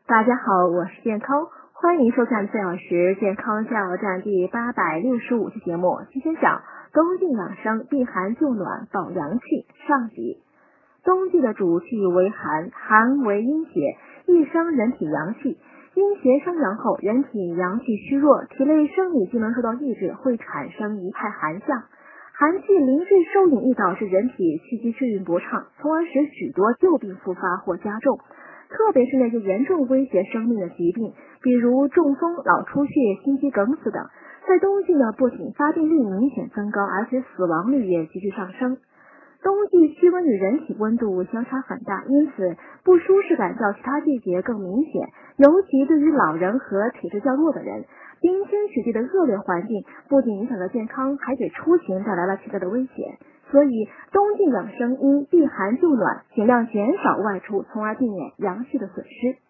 大家好，我是健康，欢迎收看4小时健康加油站第865期节目。今天讲冬季养生，避寒就暖保阳气上集。冬季的主气为寒，寒为阴邪，易伤人体阳气。阴邪伤阳后，人体阳气虚弱，体内生理机能受到抑制，会产生一派寒象。寒气淋漓收引，易导致人体气机适应不畅，从而使许多旧病复发或加重。特别是那些严重威胁生命的疾病，比如中风、脑出血、心肌梗死等，在冬季呢，不仅发病率明显增高，而且死亡率也急剧上升。冬季气温与人体温度相差很大，因此不舒适感较其他季节更明显，尤其对于老人和体质较弱的人。冰天雪地的恶劣环境不仅影响了健康，还给出行带来了潜在的危险。所以冬季养生应避寒就暖，尽量减少外出，从而避免阳气的损失。